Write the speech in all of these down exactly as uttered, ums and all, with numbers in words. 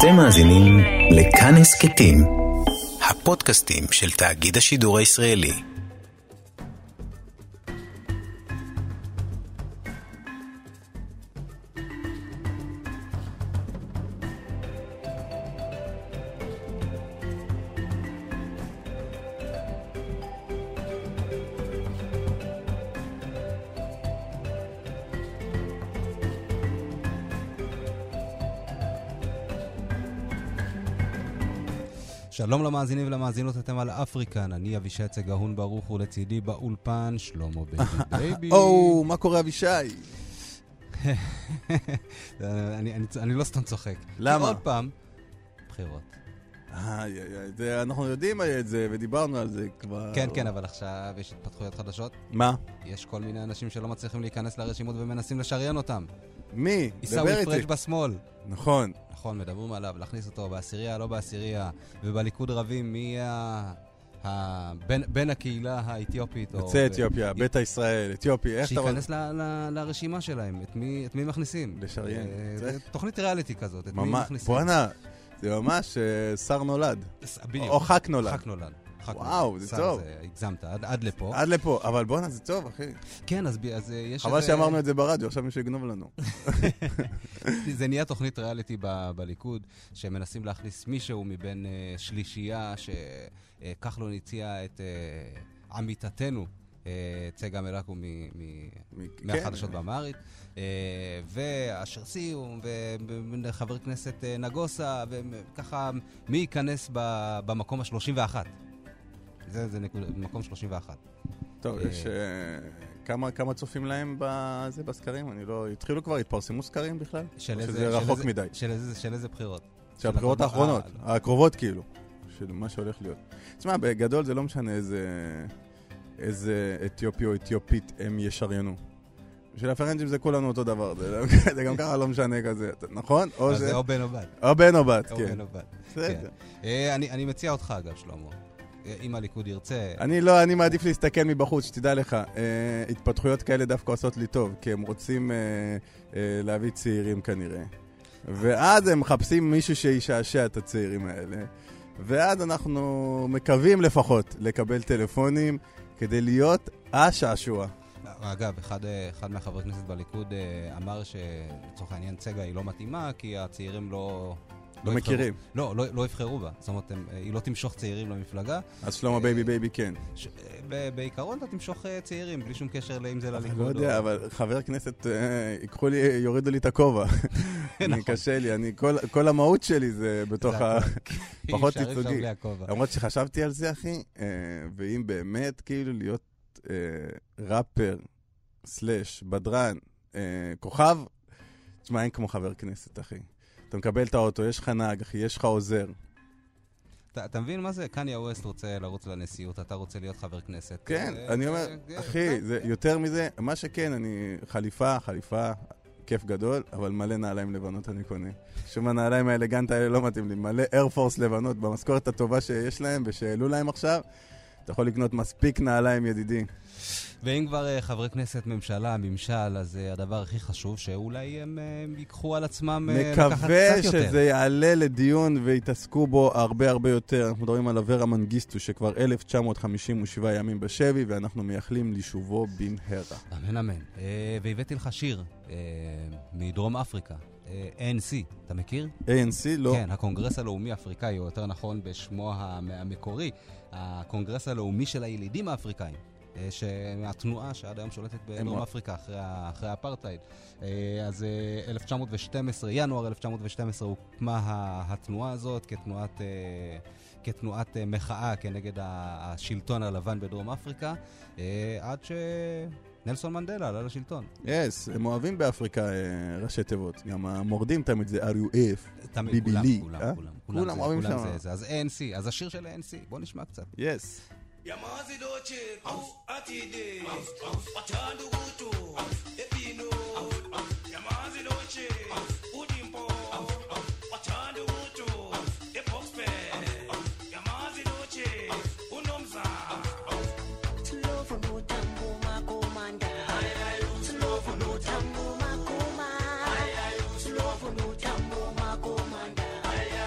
אתם מאזינים לכאן הסכתים, הפודקאסטים של תאגיד השידור הישראלי. שלום למאזינים ולמאזינות, אתם על אפריקן, אני אבישי צגהון ברוך ולצידי באולפן שלמה בייבי בייבי. או, מה קורה אבישי? אני לא סתם צוחק. למה? עוד פעם, בחירות. אנחנו יודעים את זה ודיברנו על זה כבר. כן, כן, אבל עכשיו יש התפתחויות חדשות. מה? יש כל מיני אנשים שלא מצליחים להיכנס לרשימות ומנסים לשריין אותם. מי? עיסאווי פריג' בשמאל. נכון. נכון, מדברים עליו, להכניס אותו בעשירייה, לא בעשירייה, ובליכוד רבים מי בין הקהילה האתיופית. יוצא אתיופיה, ביתא ישראל, אתיופי, איך אתה... שייכנס לרשימה שלהם, את מי מכניסים. לשריין. תוכנית ריאליטי כזאת, את מי מכניסים. בואנה, זה ממש שר נולד. או חק נולד. חק נולד. וואו, זה טוב. הגזמת, עד לפה. עד לפה, אבל בואנה, זה טוב, אחי. כן, אז יש... חבל שאמרנו את זה ברדיו, עכשיו מישהו יגנוב לנו. זה נהיה תוכנית ריאליטי בליכוד, שמנסים להכניס מישהו מבין שלישייה, שכחלון הציע את עמיתתנו, צגה מלקו מהחדשות באמהרית, ואשר סיום, וחבר כנסת נגוסה, וככה מי ייכנס במקום ה-שלושים ואחת. זה, זה מקום שלושים ואחת. טוב, יש כמה כמה צופים להם בזה בסקרים? אני לא... התחילו כבר, התפרסמו סקרים בכלל? שזה רחוק מדי. של איזה בחירות? של הבחירות האחרונות, הקרובות כאילו, של מה שהולך להיות. תשמע, בגדול זה לא משנה איזה איזה אתיופי או אתיופית הם ישריינו. בשביל הפרנג'ים זה כולנו אותו דבר, זה גם ככה לא משנה כזה, נכון? אז זה או בן או בת. או בן או בת, כן. או בן או בת. אני מציע אותך אגב, שלמה. אם הליכוד ירצה... אני לא, אני מעדיף להסתכל מבחוץ, שתדע לך, התפתחויות כאלה דווקא עושות לי טוב, כי הם רוצים להביא צעירים כנראה. ואז הם מחפשים מישהו שישעשע את הצעירים האלה. ואז אנחנו מקווים לפחות לקבל טלפונים כדי להיות השעשוע. אגב, אחד, אחד מהחברי כנסת בליכוד אמר שלצורך העניין צגה היא לא מתאימה, כי הצעירים לא... לא מכירים. לא, לא יבחרו בה. זאת אומרת, היא לא תמשוך צעירים למפלגה. אז שלמה בייבי בייבי כן. בעיקרון אתה תמשוך צעירים, בלי שום קשר לאם זה לליכוד. לא יודע, אבל חבר כנסת, ייקחו לי, יורידו לי את הכובע. אני קשה לי, אני, כל המהות שלי זה בתוך ה... פחות ייצוגי. למרות שחשבתי על זה, אחי, ואם באמת, כאילו, להיות ראפר, סלש, בדרן, כוכב, תשמע, אין כמו חבר כנסת, אחי. אתה מקבל את האוטו, יש לך נהג, אחי, יש לך עוזר. אתה מבין מה זה? קניה ווסט רוצה לרוץ לנשיאות, אתה רוצה להיות חבר כנסת. כן, אני אומר, אחי, זה יותר מזה, מה שכן, אני חליפה, חליפה, כיף גדול, אבל מלא נעליים לבנות אני קונה. שום הנעליים האלגנט האלה לא מתאים לי, מלא איירפורס לבנות, במשכורת הטובה שיש להם ושאלו להם עכשיו, אתה יכול לקנות מספיק נעליים ידידי. ואם כבר חברי כנסת, ממשלה, ממשל, אז הדבר הכי חשוב שאולי הם ייקחו על עצמם לקחת קצת יותר. מקווה שזה יעלה לדיון ויתעסקו בו הרבה הרבה יותר. אנחנו מדברים על אברה מנגיסטו שכבר אלף תשע מאות חמישים ושבע ימים בשבי, ואנחנו מייחלים לשובו במהרה. אמן אמן. והבאתי לך שיר מדרום אפריקה. A N C, אתה מכיר? A N C, לא. כן, הקונגרס הלאומי האפריקאי, או יותר נכון בשמו המקורי, הקונגרס הלאומי של הילידים האפריקאים. שהתנועה שעד היום שולטת בדרום אפריקה אחרי האפרטהייד. אז אלף תשע מאות ושתים עשרה, ינואר אלף תשע מאות ושתים עשרה הוקמה התנועה הזאת כתנועת, כתנועת מחאה כנגד השלטון הלבן בדרום אפריקה, עד שנלסון מנדלה עלה לשלטון. יס, הם אוהבים באפריקה ראשי תיבות. גם המורדים תמיד זה R U F, תמיד, כולם, כולם, כולם אוהבים שם. אז A N C, אז השיר של A N C, בוא נשמע קצת. יס. Yamazi doche, ku atide, wachando gutu, epino. Yamazi doche, udimpo, wachando gutu, epoxpe. Yamazi doche, unomza. Slow for no tambo ma commander. Slow for no tambo ma commander. Slow for no tambo ma commander.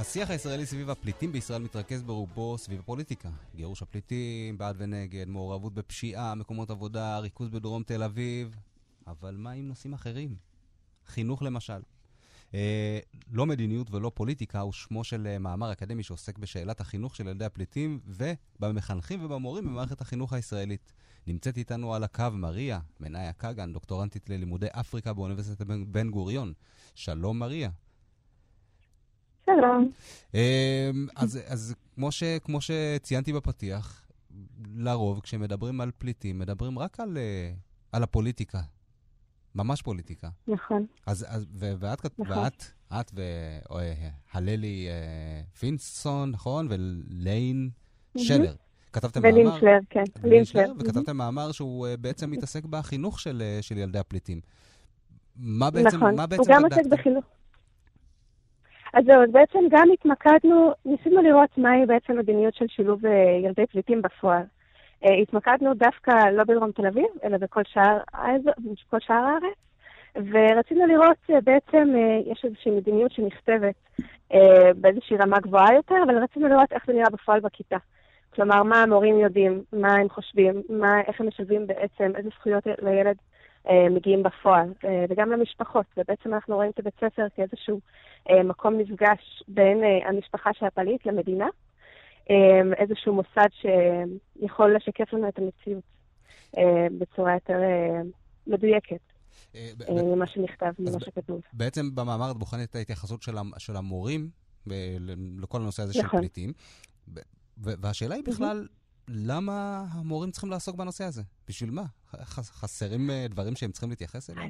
השיח הישראלי סביב הפליטים בישראל מתרכז ברובו סביב הפוליטיקה. גירוש הפליטים, בעד ונגד, מעורבות בפשיעה, מקומות עבודה, ריכוז בדרום תל אביב. אבל מה עם נושאים אחרים? חינוך למשל. אה, לא מדיניות ולא פוליטיקה הוא שמו של אה, מאמר אקדמי שעוסק בשאלת החינוך של ילדי הפליטים ובמחנכים ובמורים במערכת החינוך הישראלית. נמצאת איתנו על הקו מריה, מניה קגן, דוקטורנטית ללימודי אפריקה באוניברסיטת בן, בן גוריון. שלום מריה. שלום. אז, אז כמו, ש, כמו שציינתי בפתיח, לרוב כשמדברים על פליטים, מדברים רק על, על הפוליטיקה. ממש פוליטיקה. נכון. אז, אז, ו, ואת, נכון. ואת, את והללי פינסון, נכון? וליין שלר. כתבתם מאמר... ולין שלר, כן. לין שלר. וכתבתם מאמר שהוא בעצם מתעסק בחינוך של, של ילדי הפליטים. מה בעצם, נכון. מה בעצם הוא גם עוסק בחינוך. אז זהו, בעצם גם התמקדנו, ניסינו לראות מהי בעצם מדיניות של שילוב ילדי פליטים בפועל. התמקדנו דווקא לא בדרום תל אביב, אלא בכל שאר, בכל שאר הארץ, ורצינו לראות בעצם, יש איזושהי מדיניות שנכתבת באיזושהי רמה גבוהה יותר, אבל רצינו לראות איך זה נראה בפועל בכיתה. כלומר, מה המורים יודעים, מה הם חושבים, מה, איך הם משלבים בעצם, איזה זכויות לילד מגיעים בפועל, וגם למשפחות. ובעצם אנחנו רואים את הבית ספר כאיזשהו מקום מפגש בין המשפחה של הפליט למדינה, איזשהו מוסד שיכול לשקף לנו את המציאות בצורה יותר מדויקת, ממה שנכתב, ממה שכתוב. בעצם במאמר את בוחנת את ההתייחסות של המורים לכל הנושא הזה של פליטים, והשאלה היא בכלל, למה המורים צריכים לעסוק בנושא הזה? בשביל מה? חסרים דברים שהם צריכים להתייחס אליהם?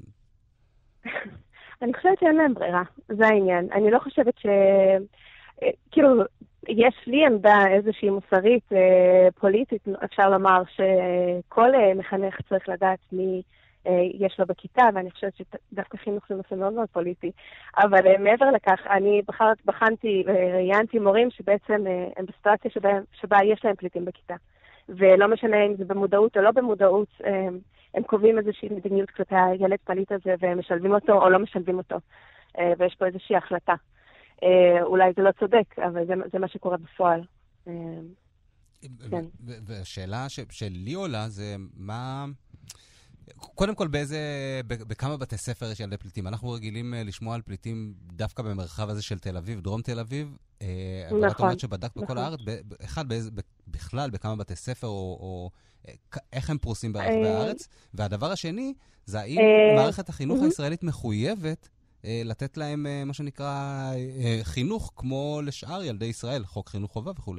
אני חושבת שאין להם ברירה, זה העניין. אני לא חושבת ש... כאילו, יש לי עמדה איזושהי מוסרית, פוליטית, אפשר לומר שכל מחנך צריך לדעת מי יש לו בכיתה, ואני חושבת שדווקא חינוך זה נושא מאוד מאוד פוליטי. אבל מעבר לכך, אני בחנתי וראיינתי מורים שבעצם הם בסיטואציה שבה, שבה יש להם פליטים בכיתה. ולא משנה אם זה במודעות או לא במודעות, הם קובעים איזושהי מדיניות כלפי הילד פליט הזה, והם משלבים אותו או לא משלבים אותו. ויש פה איזושהי החלטה. אולי זה לא צודק, אבל זה, זה מה שקורה בפועל. והשאלה שלי עולה זה מה... קודם כל, באיזה, בכמה בתי ספר יש ילדי פליטים? אנחנו רגילים לשמוע על פליטים דווקא במרחב הזה של תל אביב, דרום תל אביב. אבל את אומרת שבדקת בכל הארץ, אחד, בכלל, בכמה בתי ספר, או איך הם פרוסים ברחבי הארץ. והדבר השני, זה האם מערכת החינוך הישראלית מחויבת לתת להם מה שנקרא חינוך כמו לשאר ילדי ישראל, חוק חינוך חובה וכו'.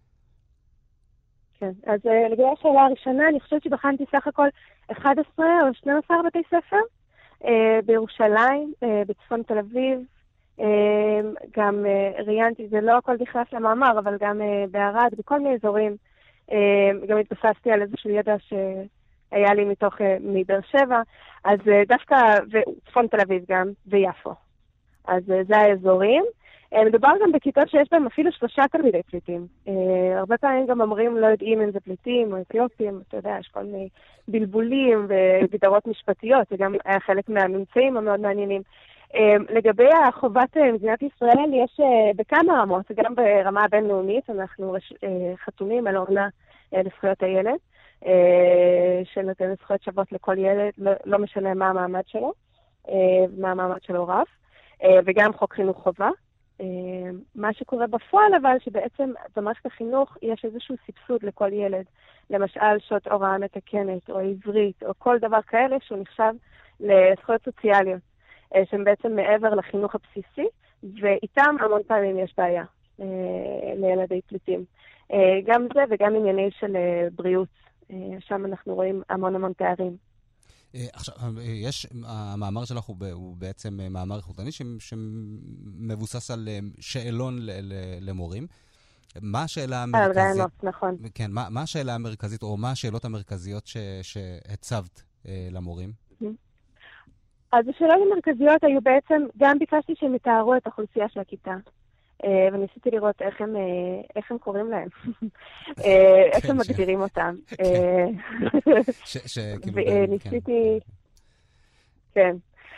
כן, אז לגבי השאלה הראשונה, אני חושבת שבחנתי סך הכל אחד עשר או שנים עשר בתי ספר, בירושלים, בצפון תל אביב, גם ראיינתי, זה לא הכל נכנס למאמר, אבל גם בערד, בכל מיני אזורים, גם התבססתי על איזשהו ידע שהיה לי מתוך, מבאר שבע, אז דווקא, וצפון תל אביב גם, ויפו. אז זה האזורים. מדובר גם בכיתות שיש בהם אפילו שלושה תלמידי פליטים. הרבה פעמים גם אומרים לא יודעים אם זה פליטים או אתיופים, אתה יודע, יש כל מיני בלבולים וגדרות משפטיות, זה גם היה חלק מהממצאים המאוד מעניינים. לגבי החובת מדינת ישראל, יש בכמה רמות, גם ברמה הבינלאומית, אנחנו חתומים על אומנה לזכויות הילד, שנותן זכויות שוות לכל ילד, לא משנה מה המעמד שלו, מה המעמד של הוריו, וגם חוק חינוך חובה. מה שקורה בפועל אבל שבעצם במערכת החינוך יש איזשהו סבסוד לכל ילד, למשל שעות הוראה מתקנת או עברית או כל דבר כאלה שהוא נחשב לזכויות סוציאליות שהן בעצם מעבר לחינוך הבסיסי, ואיתם המון פעמים יש בעיה לילדי פליטים. גם זה וגם ענייני של בריאות, שם אנחנו רואים המון המון פערים. עכשיו, יש, המאמר שלך הוא, הוא בעצם מאמר איכותני שמבוסס על שאלון למורים. מה השאלה המרכזית? על רעיונות, נכון. כן, מה, מה השאלה המרכזית, או מה השאלות המרכזיות ש, שהצבת למורים? אז השאלות המרכזיות היו בעצם, גם ביקשתי שהם יתארו את האוכלוסייה של הכיתה. וניסיתי לראות איך הם, איך הם קוראים להם, איך הם מגדירים אותם. וניסיתי, כן.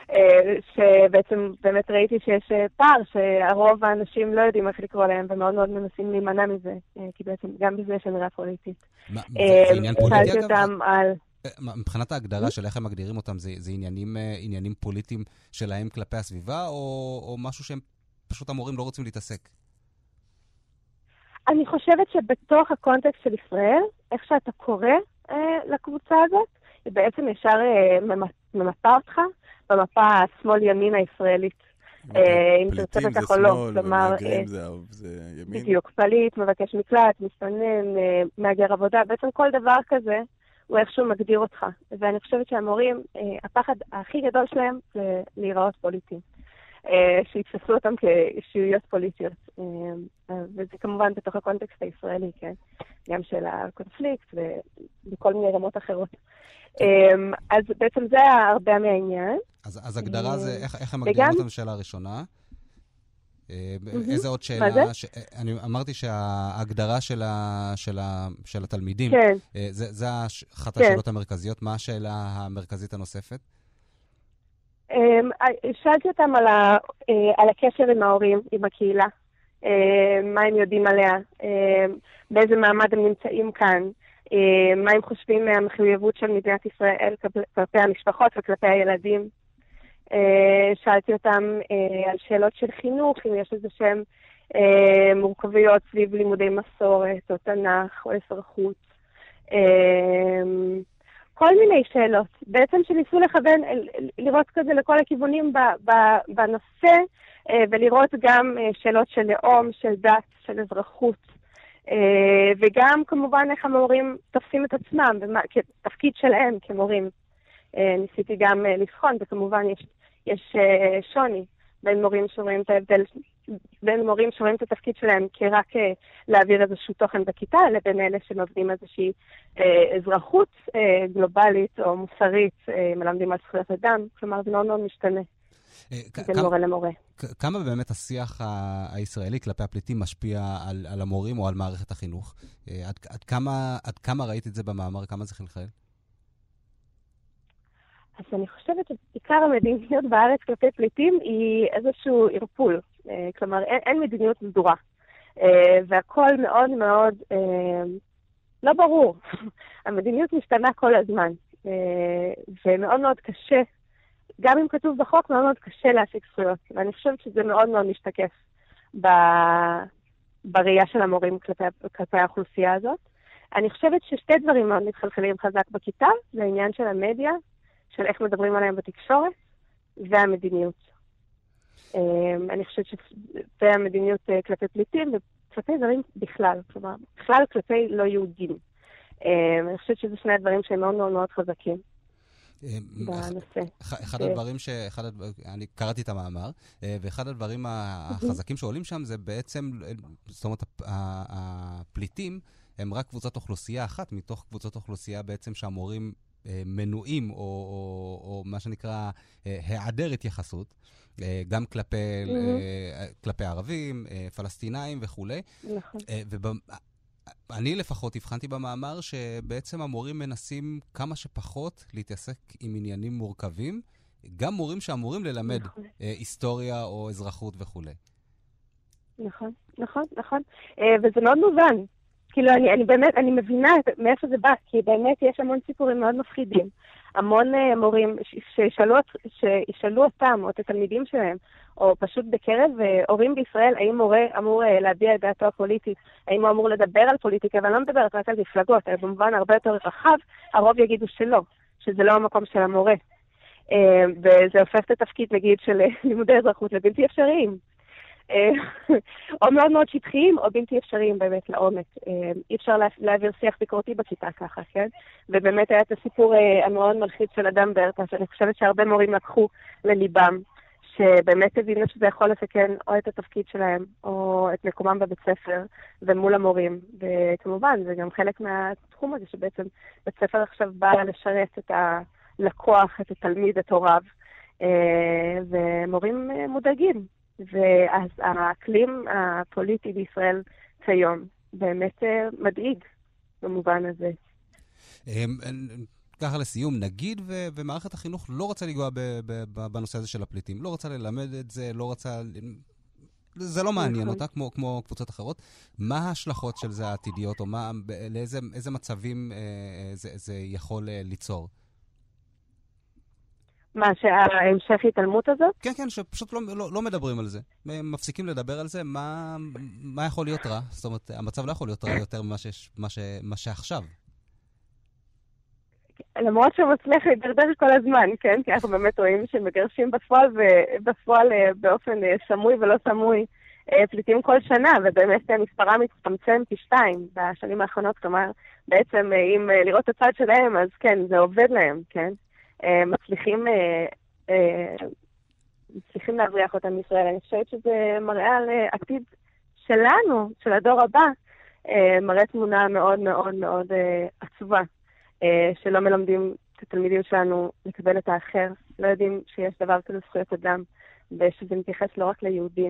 שבעצם באמת ראיתי שיש פער, שהרוב האנשים לא יודעים איך לקרוא להם, ומאוד מאוד מנסים להימנע מזה, כי בעצם גם בזה יש אמירה פוליטית. זה עניין פוליטי אגב? על... מבחינת ההגדרה של איך הם מגדירים אותם, זה, זה עניינים, עניינים פוליטיים שלהם כלפי הסביבה, או, או משהו שהם פשוט המורים לא רוצים להתעסק? אני חושבת שבתוך הקונטקסט של ישראל, איך שאתה קורא אה, לקבוצה הזאת, היא בעצם ישר אה, ממפה אותך במפה השמאל-ימין הישראלית. אם תרצה בכך או לא. פליטים זה שמאל ומהגרים זה ימין? בדיוק, פליט, מבקש מקלט, מסתנן, מהגר עבודה, בעצם כל דבר כזה הוא איכשהו מגדיר אותך. ואני חושבת שהמורים, הפחד הכי גדול שלהם זה להיראות פוליטיים. שיתפסו אותם כאישיויות פוליטיות. וזה כמובן בתוך הקונטקסט הישראלי, כן? גם של הקונפליקט ובכל מיני רמות אחרות. אז בעצם זה הרבה מהעניין. אז הגדרה זה, איך הם מגדירים אותם? שאלה הראשונה. איזה עוד שאלה? אני אמרתי שההגדרה של התלמידים, זה אחת השאלות המרכזיות. מה השאלה המרכזית הנוספת? שאלתי אותם על הקשר עם ההורים, עם הקהילה. מה הם יודעים עליה, באיזה מעמד הם נמצאים כאן, מה הם חושבים מהמחויבות של מדינת ישראל כלפי המשפחות וכלפי הילדים. שאלתי אותם על שאלות של חינוך, אם יש איזה שהם מורכבויות סביב לימודי מסורת או תנ"ך או אזרחות. כל מיני שאלות, בעצם שניסו לכוון, לראות כזה לכל הכיוונים בנושא, ולראות גם שאלות של לאום, של דת, של אזרחות, וגם כמובן איך המורים תופסים את עצמם, כתפקיד שלהם כמורים. ניסיתי גם לבחון, וכמובן יש, יש שוני בין מורים שרואים את ההבדל, בין מורים שרואים את התפקיד שלהם כרק להעביר איזשהו תוכן בכיתה, לבין אלה שמעבדים איזושהי אזרחות גלובלית או מוסרית, מלמדים על זכויות אדם, כלומר זה מאוד מאוד משתנה. בין מורה למורה. כמה באמת השיח הישראלי כלפי הפליטים משפיע על, על המורים או על מערכת החינוך? עד, עד כמה, עד כמה ראית את זה במאמר? כמה זה חלחל? אז אני חושבת שבעיקר המדיניות בארץ כלפי פליטים היא איזשהו ערפול. כלומר, אין, אין מדיניות סדורה. והכל מאוד מאוד לא ברור. המדיניות משתנה כל הזמן. ומאוד מאוד קשה, גם אם כתוב בחוק, מאוד מאוד קשה להשיג זכויות. ואני חושבת שזה מאוד מאוד משתקף ב... בראייה של המורים כלפי, כלפי האוכלוסייה הזאת. אני חושבת ששתי דברים מאוד מתחלחלים חזק בכיתה, זה העניין של המדיה, של איך מדברים עליהם בתקשורת, והמדיניות. אני חושבת שזה המדיניות כלפי פליטים, וכלפי זרים בכלל, כלומר, בכלל כלפי לא יהודים. אני חושבת שזה שני הדברים שהם מאוד מאוד מאוד חזקים. בנושא. אחד הדברים ש... אני קראתי את המאמר, ואחד הדברים החזקים שעולים שם זה בעצם, זאת אומרת, הפליטים הם רק קבוצת אוכלוסייה אחת, מתוך קבוצות אוכלוסייה בעצם שהמורים מנועים, או, או, או מה שנקרא העדר התייחסות, גם כלפי, כלפי ערבים, פלסטינאים וכו'. נכון. אני לפחות הבחנתי במאמר שבעצם המורים מנסים כמה שפחות להתעסק עם עניינים מורכבים, גם מורים שאמורים ללמד נכון. היסטוריה או אזרחות וכו'. נכון, נכון, נכון. וזה מאוד מובן. כאילו, אני, אני באמת, אני מבינה מאיפה זה בא, כי באמת יש המון סיפורים מאוד מפחידים. המון uh, מורים שישאלו, שישאלו אותם, או את התלמידים שלהם, או פשוט בקרב uh, הורים בישראל, האם מורה אמור uh, להביע את דעתו הפוליטית, האם הוא אמור לדבר על פוליטיקה, ואני לא מדברת רק על מפלגות, אלא במובן הרבה יותר רחב, הרוב יגידו שלא, שזה לא המקום של המורה. Uh, וזה הופך את התפקיד, נגיד, של לימודי אזרחות לבלתי אפשריים. או מאוד מאוד שטחיים, או בלתי אפשריים באמת לעומק. אי אפשר להעביר שיח ביקורתי בכיתה ככה, כן? ובאמת היה את הסיפור המאוד מלחיץ של אדם ברטה, שאני חושבת שהרבה מורים לקחו לליבם, שבאמת הבינו שזה יכול לסכן או את התפקיד שלהם, או את מקומם בבית ספר, ומול המורים. וכמובן, זה גם חלק מהתחום הזה, שבעצם בית ספר עכשיו בא לשרת את הלקוח, את התלמיד, את הוריו, ומורים מודאגים. ואז האקלים הפוליטי בישראל כיום באמת מדאיג במובן הזה. ככה לסיום, נגיד, ו- ומערכת החינוך לא רוצה לגוע ב- ב- ב- בנושא הזה של הפליטים, לא רוצה ללמד את זה, לא רוצה... זה לא מעניין אותה, כמו, כמו קבוצות אחרות. מה ההשלכות של זה העתידיות, או מה, לאיזה איזה מצבים אה, זה, זה יכול אה, ליצור? מה, שההמשך התעלמות הזאת? כן, כן, שפשוט לא, לא, לא מדברים על זה. מפסיקים לדבר על זה, מה, מה יכול להיות רע? זאת אומרת, המצב לא יכול להיות רע יותר ממה ש, מה ש, מה שעכשיו. למרות שהוא מצליח להידרדר כל הזמן, כן? כי אנחנו באמת רואים שמגרשים בפועל, ובפועל באופן סמוי ולא סמוי פליטים כל שנה, ובאמת מספרה מצטמצם פי שתיים בשנים האחרונות, כלומר, בעצם אם לראות את הצד שלהם, אז כן, זה עובד להם, כן? מצליחים, מצליחים להבריח אותם מישראל. אני חושבת שזה מראה על עתיד שלנו, של הדור הבא, מראה תמונה מאוד מאוד מאוד עצובה. שלא מלמדים את התלמידים שלנו לקבל את האחר, לא יודעים שיש דבר כזה זכויות אדם, ושזה מתייחס לא רק ליהודים.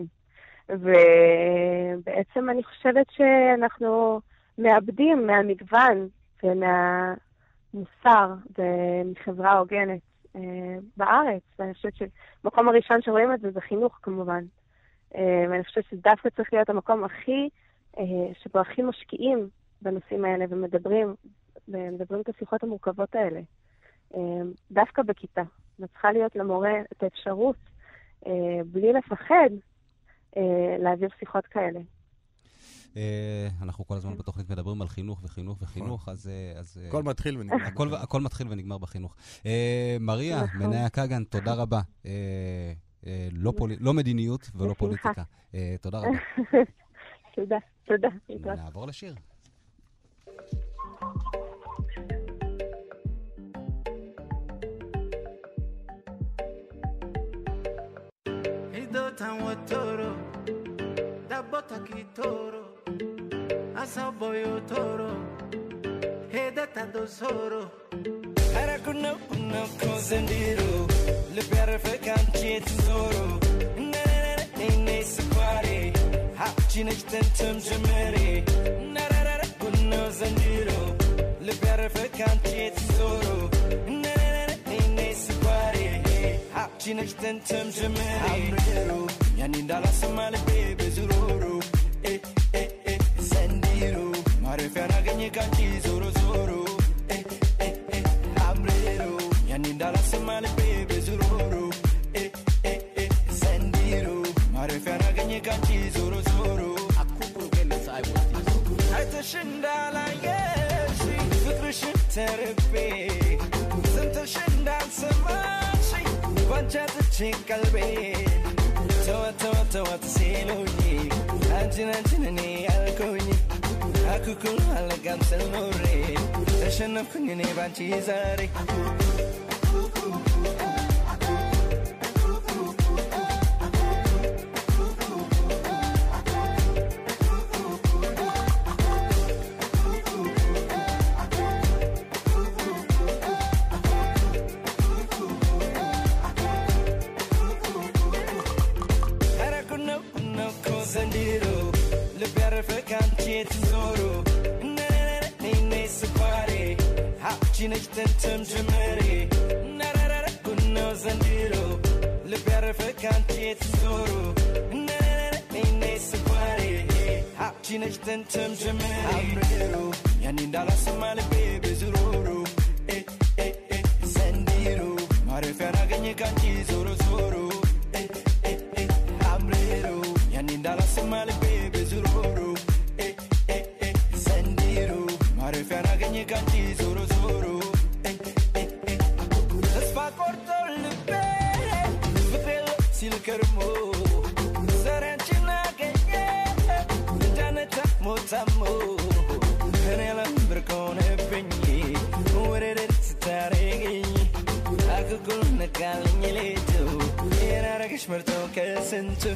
ובעצם אני חושבת שאנחנו מאבדים מהמגוון ומהמוסר ומחברה הוגנת בארץ. ואני חושבת שמקום הראשון שרואים את זה זה חינוך כמובן. ואני חושבת שדווקא צריך להיות המקום הכי, שבו הכי משקיעים בנושאים האלה ומדברים ומדברים את השיחות המורכבות האלה. דווקא בכיתה. וצריכה להיות למורה את האפשרות, בלי לפחד, להעביר שיחות כאלה. אנחנו כל הזמן בתוכנית מדברים על חינוך וחינוך וחינוך, אז... הכל מתחיל ונגמר. הכל מתחיל ונגמר בחינוך. מריה, מניה קגן, תודה רבה. לא מדיניות ולא פוליטיקה. תודה רבה. תודה, תודה. נעבור לשיר. Toro, da bota ki toro, asa boyo toro, heda ta do soro. Ara kuno kuno kozendiro, le perfe canchi tesoro. Na na na na na square, ha chinchten tum jemeri. Na na na na kuno zendiro, le perfe canchi tesoro. Na na na na na square, ha chinchten tum jemeri. Yani ndala samale bebe zururu eh eh eh sendiro marefana genye kanchi zoro zoro eh eh eh amrero yani ndala samale bebe zururu eh eh eh sendiro marefana genye kanchi zoro zoro akukuru gele sai wati hayta shindala yeshi fikrishin terpe santa shindal samashi vanchat chikalbe Tawa tawa tawa tsiloni Anjin anjin ni alkoni Akukul halagam selnore Tashanaf kunini banchi zari Chinechtem tum jemeri narara kunno zandiro le perfe canti tesoro narara ne square ha chinechtem tum jemeri amrero yani ndala samale bebe zuroro eh eh eh sendiro mare fana ganye canti zoro zoro eh eh eh amrero yani ndala samale bebe zuroro eh eh eh sendiro mare fana ganye canti zoro zoro Silkermo Saranchina Gaya Janeta Motamo Canela Bercone Pegni Where it's Taregi Akukul Nakalinileto Era Kishmerto Kelsentu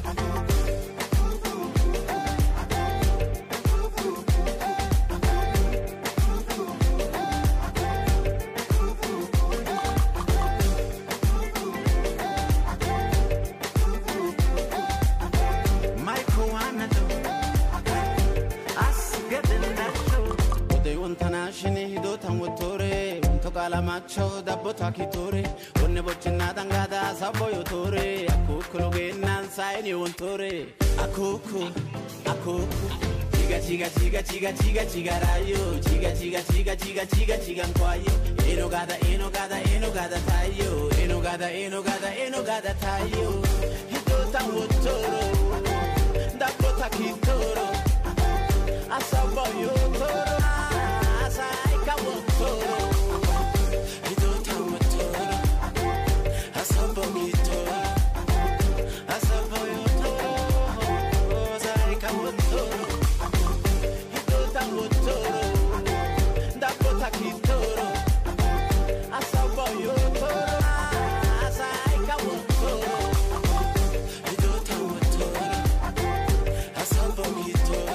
la macho da botakitore onne boccina dangada saboyo tore akukulu genan sai ni wontore akuku akuku chiga chiga chiga chiga chiga chiga rayo chiga chiga chiga chiga chiga chiga kwayo eno gada eno gada eno gada tayo eno gada eno gada eno gada tayo hitota wotoro da botakitoro asaboyo toro asai ka wotoro hitota wotoro asaboyo toro asaboyo toro asai ka wotoro hitota wotoro da botakitoro asaboyo toro asai ka wotoro hitota wotoro asaboyo toro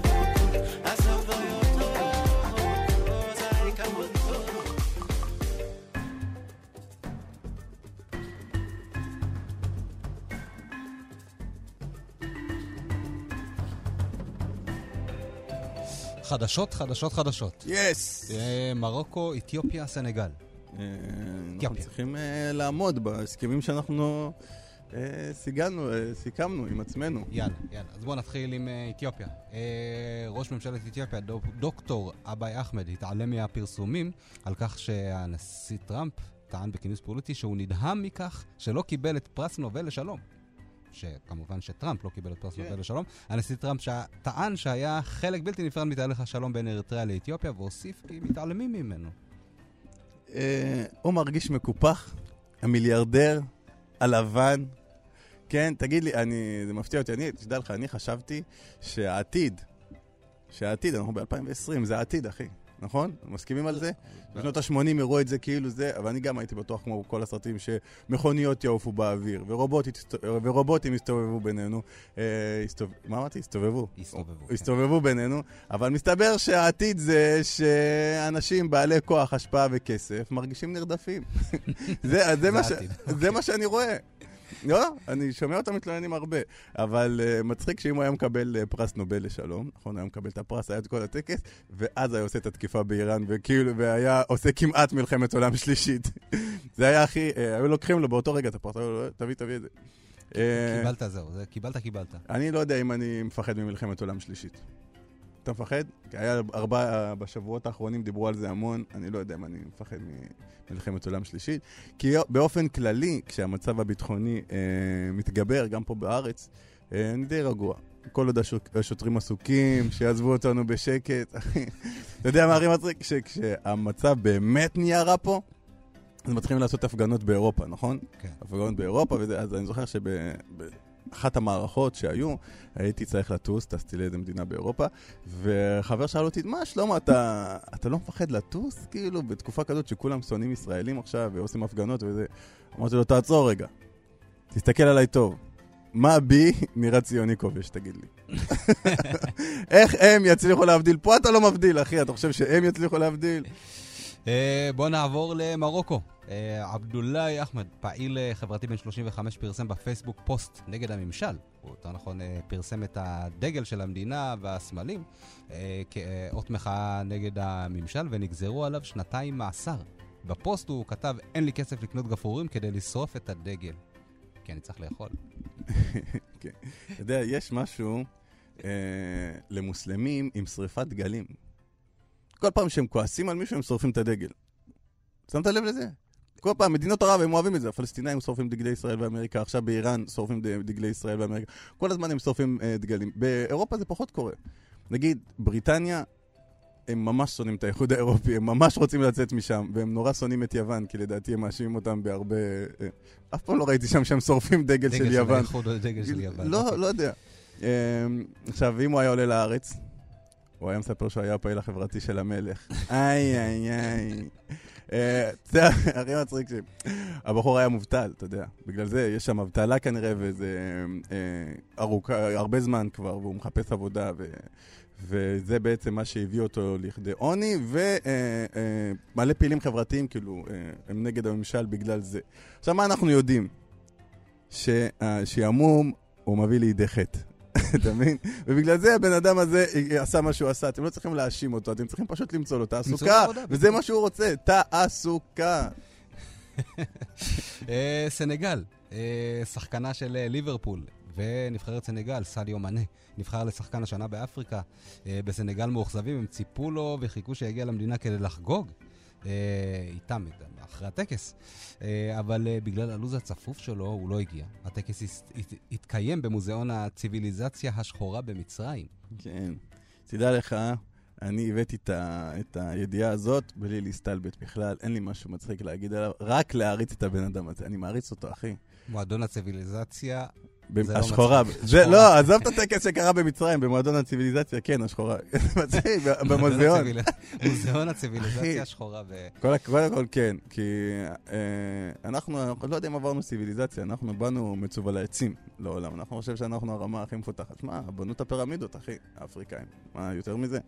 חדשות, חדשות, חדשות. יס! מרוקו, אתיופיה, סנגל. אנחנו צריכים לעמוד בהסכמים שאנחנו סיגנו, סיכמנו עם עצמנו. יאללה, יאללה. אז בואו נתחיל עם אתיופיה. ראש ממשלת אתיופיה, דוקטור אביי אחמד, התעלם מהפרסומים על כך שהנשיא טראמפ טען בכינוס פוליטי שהוא נדהם מכך שלא קיבל את פרס נובל לשלום. שכמובן שטראמפ לא קיבל את פרס נובל לשלום. הנשיא טראמפ טען שהיה חלק בלתי נפרד מתהליך השלום בין אריתריאה לאתיופיה, והוסיף כי מתעלמים ממנו. הוא מרגיש מקופח, המיליארדר, הלבן. כן, תגיד לי, אני, זה מפתיע אותי, אני, תדע לך, אני חשבתי שהעתיד, שהעתיד, אנחנו ב-אלפיים ועשרים, זה העתיד, אחי. נכון? מסכימים על זה? בשנות ה-שמונים יראו את זה כאילו זה, אבל אני גם הייתי בטוח כמו כל הסרטים שמכוניות יעופו באוויר, ורובוטים יסתובבו בינינו. מה אמרתי? הסתובבו. הסתובבו בינינו, אבל מסתבר שהעתיד זה שאנשים בעלי כוח, השפעה וכסף מרגישים נרדפים. זה מה שאני רואה. לא, אני שומע אותם מתלוננים הרבה, אבל uh, מצחיק שאם הוא היה מקבל uh, פרס נובל לשלום, נכון, היה מקבל את הפרס, היה את כל הטקס, ואז היה עושה את התקיפה באיראן, וכאילו, והיה עושה כמעט מלחמת עולם שלישית. זה היה הכי, uh, היו לוקחים לו באותו רגע את הפרס, היו לו, תביא, תביא את זה. קיבלת זהו, זה קיבלת, קיבלת. אני לא יודע אם אני מפחד ממלחמת עולם שלישית. אתה מפחד? כי היה ארבע, בשבועות האחרונים דיברו על זה המון, אני לא יודע אם אני מפחד ממלחמת עולם שלישית, כי באופן כללי, כשהמצב הביטחוני אה, מתגבר, גם פה בארץ, אה, אני די רגוע. כל עוד השוטרים עסוקים, שיעזבו אותנו בשקט. אתה יודע מה הכי מצחיק? כשהמצב באמת נהיה רע פה, אז מתחילים לעשות הפגנות באירופה, נכון? כן. הפגנות באירופה, וזה, אז אני זוכר שב... אחת המערכות שהיו, הייתי צריך לטוס, טסתי לאיזה מדינה באירופה, וחבר שאל אותי, מה שלמה, אתה, אתה לא מפחד לטוס? כאילו, בתקופה כזאת שכולם שונאים ישראלים עכשיו, ועושים הפגנות וזה. אמרתי לו, תעצור רגע, תסתכל עליי טוב. מה בי נראה ציוני כובש, תגיד לי. איך הם יצליחו להבדיל? פה אתה לא מבדיל, אחי, אתה חושב שהם יצליחו להבדיל? בוא נעבור למרוקו. עבדולאי אחמד, פעיל חברתי בן שלושים וחמש, פרסם בפייסבוק פוסט נגד הממשל. הוא יותר נכון פרסם את הדגל של המדינה והסמלים כאות מחאה נגד הממשל, ונגזרו עליו שנתיים מאסר. בפוסט הוא כתב, אין לי כסף לקנות גפורים כדי לשרוף את הדגל. כי אני צריך לאכול. כן. אתה יודע, יש משהו למוסלמים עם שריפת דגלים. כל פעם שהם כועסים על מישהו, הם שורפים את הדגל. שמת לב לזה? כל פעם, מדינות ערב, הם אוהבים את זה. הפלסטינאים שורפים דגלי ישראל ואמריקה, עכשיו באיראן שורפים דגלי ישראל ואמריקה. כל הזמן הם שורפים uh, דגלים. באירופה זה פחות קורה. נגיד, בריטניה, הם ממש שונאים את האיחוד האירופי, הם ממש רוצים לצאת משם, והם נורא שונאים את יוון, כי לדעתי הם מאשימים אותם בהרבה... Uh, אף פעם לא ראיתי שם שהם שורפים דגל, דגל של יוון. דגל של האיחוד או דגל של יוון. לא, okay. לא יודע. Uh, עכשיו, אם הוא היה עולה לארץ, הוא היה מספר שהוא היה הפעיל החברתי של המלך. איי, איי, איי. זה הכי מצחיק שהבחור היה מובטל, אתה יודע. בגלל זה יש שם מבטלה כנראה, וזה ארוכה, הרבה זמן כבר, והוא מחפש עבודה, וזה בעצם מה שהביא אותו לכדי עוני, ומלא פעילים חברתיים, כאילו, הם נגד הממשל בגלל זה. עכשיו, מה אנחנו יודעים? שיעמום הוא מביא לידי חטא. אתה מבין? ובגלל זה הבן אדם הזה עשה מה שהוא עשה. אתם לא צריכים להאשים אותו, אתם צריכים פשוט למצוא לו תעסוקה, וזה מה שהוא רוצה, תעסוקה. סנגל, שחקנה של ליברפול. ונבחרת סנגל, סדיו מנה, נבחר לשחקן השנה באפריקה. בסנגל מאוכזבים, הם ציפו לו וחיכו שיגיע למדינה כדי לחגוג איתם אחרי הטקס. אבל בגלל הלוז הצפוף שלו הוא לא הגיע. הטקס התקיים במוזיאון הציביליזציה השחורה במצרים. כן. תדע לך, אני הבאתי את הידיעה הזאת בלי להסתלבט בכלל. אין לי משהו מצחיק להגיד עליו, רק להריץ את הבן אדם הזה. אני מעריץ אותו, אחי. מועדון הציביליזציה... השחורה. לא, עזוב את הטקס שקרה במצרים, במועדון הציביליזציה, כן, השחורה. מצחיק, במוזיאון. מוזיאון הציביליזציה השחורה. קודם כל, כן, כי אנחנו, לא יודע אם עברנו ציביליזציה, אנחנו באנו מצובל העצים לעולם. אנחנו חושב שאנחנו הרמה הכי מפותחת. מה, בנו את הפירמידות, אחי, האפריקאים. מה, יותר מזה?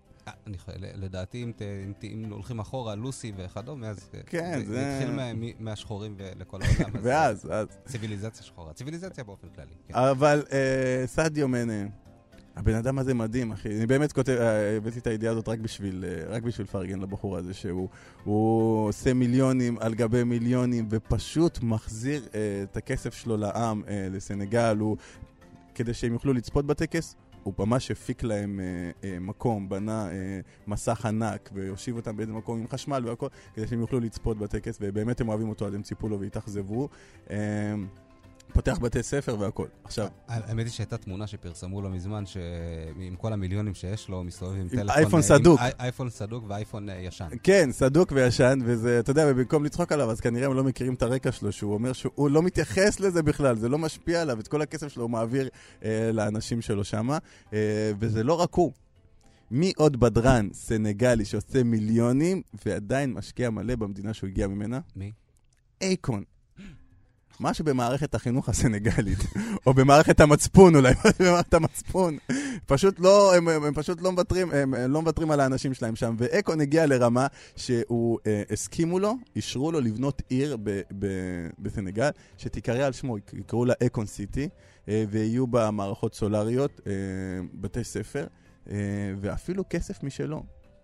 לדעתי, אם הולכים אחורה, לוסי וכדומה, אז זה התחיל מהשחורים לכל העולם. ואז, אז. ציביליזציה שחורה. ציביליזציה באופן כללי. אבל סדיו מנה, הבן אדם הזה מדהים, אחי. אני באמת כותב, הבאתי את הידיעה הזאת רק בשביל, רק בשביל פרגן לבחור הזה, שהוא עושה מיליונים על גבי מיליונים, ופשוט מחזיר את הכסף שלו לעם, לסנגל, כדי שהם יוכלו לצפות בטקס. הוא ממש הפיק להם אה, אה, מקום, בנה אה, מסך ענק, ויושיב אותם באיזה מקום עם חשמל והכל, כדי שהם יוכלו לצפות בטקס, ובאמת הם אוהבים אותו, אז הם ציפו לו והתאכזבו. אה, פותח בתי ספר והכל. עכשיו... האמת היא שהייתה תמונה שפרסמו לו מזמן, שעם כל המיליונים שיש לו, מסתובב עם טלפון... אייפון סדוק. אייפון סדוק ואייפון ישן. כן, סדוק וישן, וזה, אתה יודע, ובמקום לצחוק עליו, אז כנראה הם לא מכירים את הרקע שלו, שהוא אומר שהוא לא מתייחס לזה בכלל, זה לא משפיע עליו, את כל הכסף שלו הוא מעביר אה, לאנשים שלו שמה, אה, וזה לא רק הוא. מי עוד בדרן סנגלי שעושה מיליונים, ועדיין משקיע מלא במדינה שהוא הגיע ממנה? מי? אייקון. משהו במערכת החינוך הסנגלית, או במערכת המצפון אולי, במערכת המצפון. פשוט לא, הם, הם פשוט לא מוותרים, הם, הם לא מוותרים על האנשים שלהם שם. ואקון הגיע לרמה שהוא אה, הסכימו לו, אישרו לו לבנות עיר ב, ב, בסנגל, שתיקרא על שמו, יקראו לה אקון סיטי, אה, ויהיו בה מערכות סולריות, אה, בתי ספר, אה, ואפילו כסף משלו.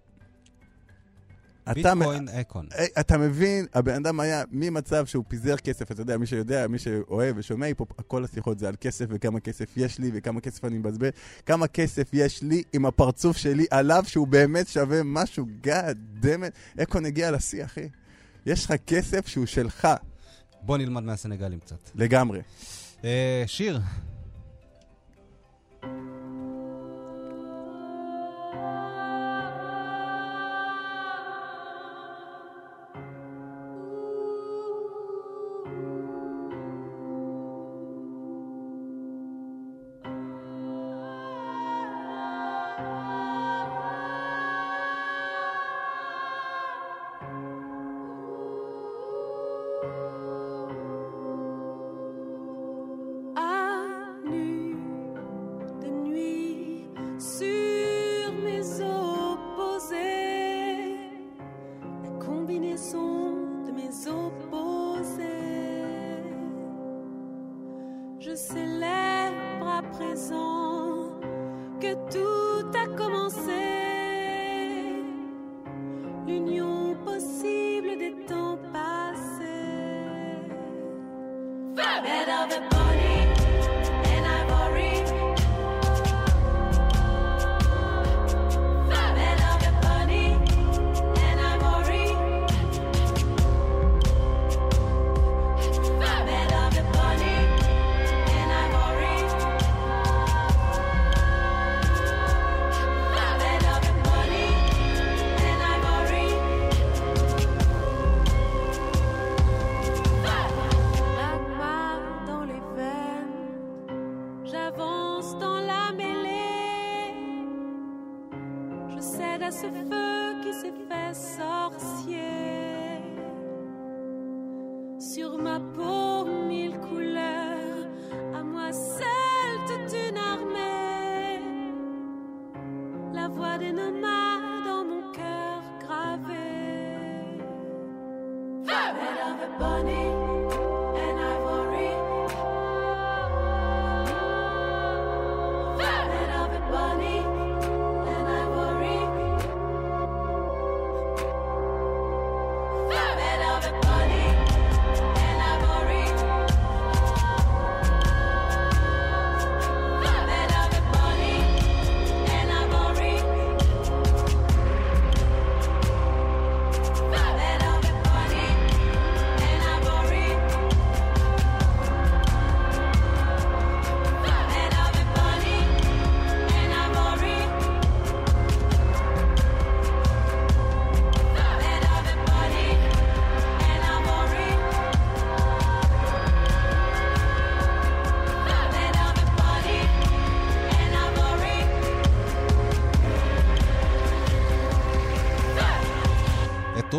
ביטקוין אקון. אתה מבין, הבן אדם היה ממצב שהוא פיזר כסף, אתה יודע, מי שיודע, מי שאוהב ושומע, פה כל השיחות זה על כסף וכמה כסף יש לי וכמה כסף אני מבזבז, כמה כסף יש לי עם הפרצוף שלי עליו שהוא באמת שווה משהו, גאד, דמת, אקון הגיע לשיא, אחי. יש לך כסף שהוא שלך. בוא נלמד מהסנגלים קצת. לגמרי. שיר.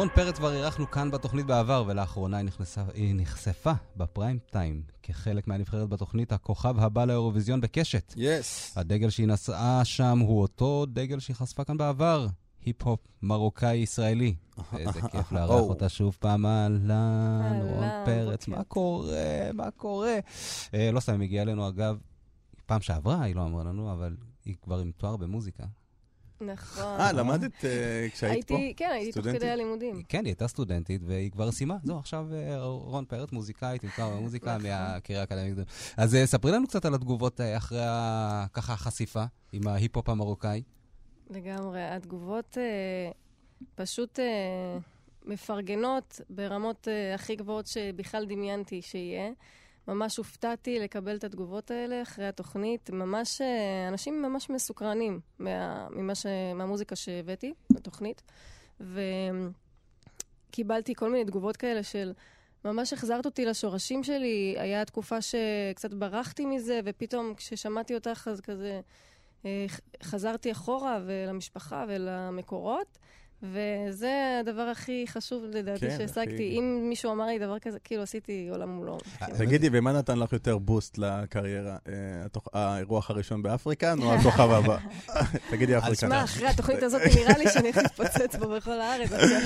רון פרץ כבר אירחנו כאן בתוכנית בעבר, ולאחרונה היא, נכנסה, היא נחשפה בפריים טיים, כחלק מהנבחרת בתוכנית הכוכב הבא לאירוויזיון בקשת. Yes. הדגל שהיא נשאה שם הוא אותו דגל שהיא חשפה כאן בעבר, היפ-הופ מרוקאי ישראלי. איזה כיף לארח אותה שוב פעם. אהלן, רון פרץ, מה קורה? מה קורה? לא סתם, היא הגיעה אלינו, אגב, פעם שעברה, היא לא אמרה לנו, אבל היא כבר עם תואר במוזיקה. נכון. אה, למדת כשהיית פה? כן, הייתי תוך כדי הלימודים. כן, היא הייתה סטודנטית, והיא כבר סיימה. זו, עכשיו רון פרץ, מוזיקאית, עם תואר במוזיקה מהקריירה האקדמית. אז ספרי לנו קצת על התגובות אחרי ככה החשיפה עם ההיפ-הופ המרוקאי. לגמרי, התגובות אה, פשוט אה, מפרגנות ברמות אה, הכי גבוהות שבכלל דמיינתי שיהיה. ממש הופתעתי לקבל את התגובות האלה אחרי התוכנית. ממש, אה, אנשים ממש מסוקרנים מה, ממה ש, מהמוזיקה שהבאתי בתוכנית. וקיבלתי כל מיני תגובות כאלה של ממש החזרת אותי לשורשים שלי. היה תקופה שקצת ברחתי מזה, ופתאום כששמעתי אותך אז כזה חזרתי אחורה ולמשפחה ולמקורות, וזה הדבר הכי חשוב לדעתי שהשגתי. אם מישהו אמר לי דבר כזה, כאילו עשיתי עולם ומלואו. תגידי, ומה נתן לך יותר בוסט לקריירה? האירוח הראשון באפריקה, או הכוכב הבא? תגידי אפריקה. תשמע, אחרי התוכנית הזאת נראה לי שאני איך להתפוצץ פה בכל הארץ.